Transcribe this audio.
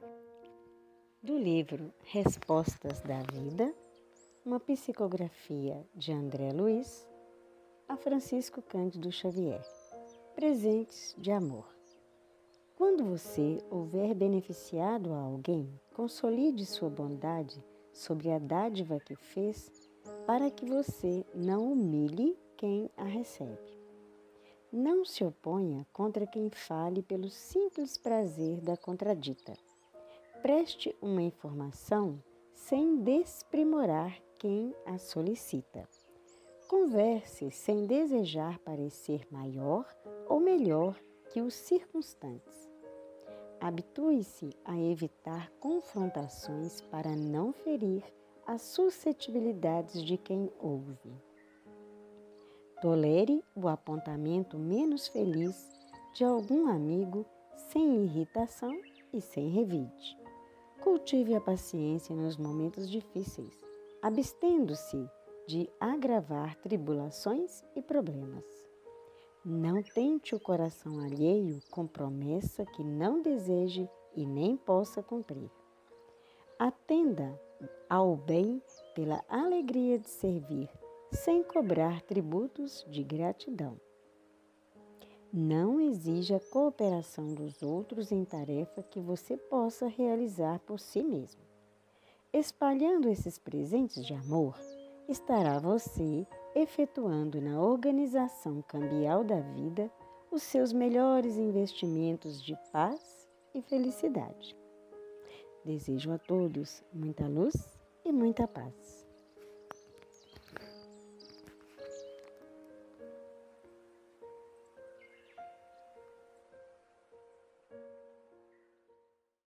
Do livro Respostas da Vida, uma psicografia de André Luiz, a Francisco Cândido Xavier. Presentes de amor. Quando você houver beneficiado a alguém, consolide sua bondade sobre a dádiva que fez, para que você não humilhe quem a recebe. Não se oponha contra quem fale pelo simples prazer da contradita. Preste uma informação sem desprimorar quem a solicita. Converse sem desejar parecer maior ou melhor que os circunstantes. Habitue-se a evitar confrontações para não ferir as suscetibilidades de quem ouve. Tolere o apontamento menos feliz de algum amigo sem irritação e sem revide. Cultive a paciência nos momentos difíceis, abstendo-se de agravar tribulações e problemas. Não tente o coração alheio com promessa que não deseje e nem possa cumprir. Atenda ao bem pela alegria de servir, sem cobrar tributos de gratidão. Não exija a cooperação dos outros em tarefa que você possa realizar por si mesmo. Espalhando esses presentes de amor, estará você efetuando na organização cambial da vida os seus melhores investimentos de paz e felicidade. Desejo a todos muita luz e muita paz.